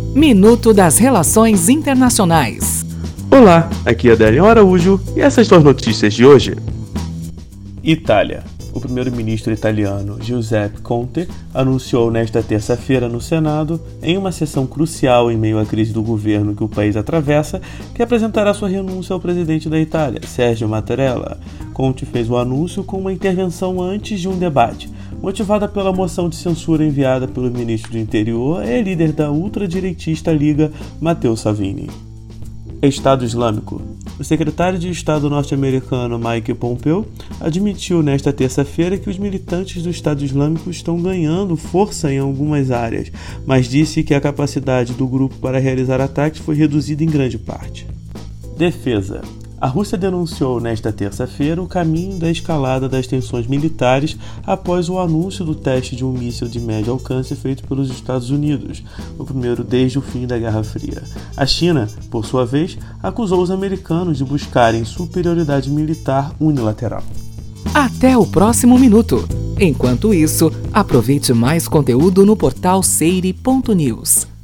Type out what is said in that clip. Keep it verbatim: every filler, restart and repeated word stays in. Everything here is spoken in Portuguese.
Minuto das Relações Internacionais. Olá, aqui é Adélio Araújo e essas são as notícias de hoje. Itália. O primeiro-ministro italiano Giuseppe Conte anunciou nesta terça-feira no Senado, em uma sessão crucial em meio à crise do governo que o país atravessa, que apresentará sua renúncia ao presidente da Itália, Sergio Mattarella. Conte fez o anúncio com uma intervenção antes de um debate, motivada pela moção de censura enviada pelo ministro do Interior e líder da ultradireitista Liga, Matteo Salvini. Estado Islâmico. O secretário de Estado norte-americano Mike Pompeo admitiu nesta terça-feira que os militantes do Estado Islâmico estão ganhando força em algumas áreas, mas disse que a capacidade do grupo para realizar ataques foi reduzida em grande parte. Defesa. A Rússia denunciou nesta terça-feira o caminho da escalada das tensões militares após o anúncio do teste de um míssil de médio alcance feito pelos Estados Unidos, o primeiro desde o fim da Guerra Fria. A China, por sua vez, acusou os americanos de buscarem superioridade militar unilateral. Até o próximo minuto. Enquanto isso, aproveite mais conteúdo no portal seire ponto news.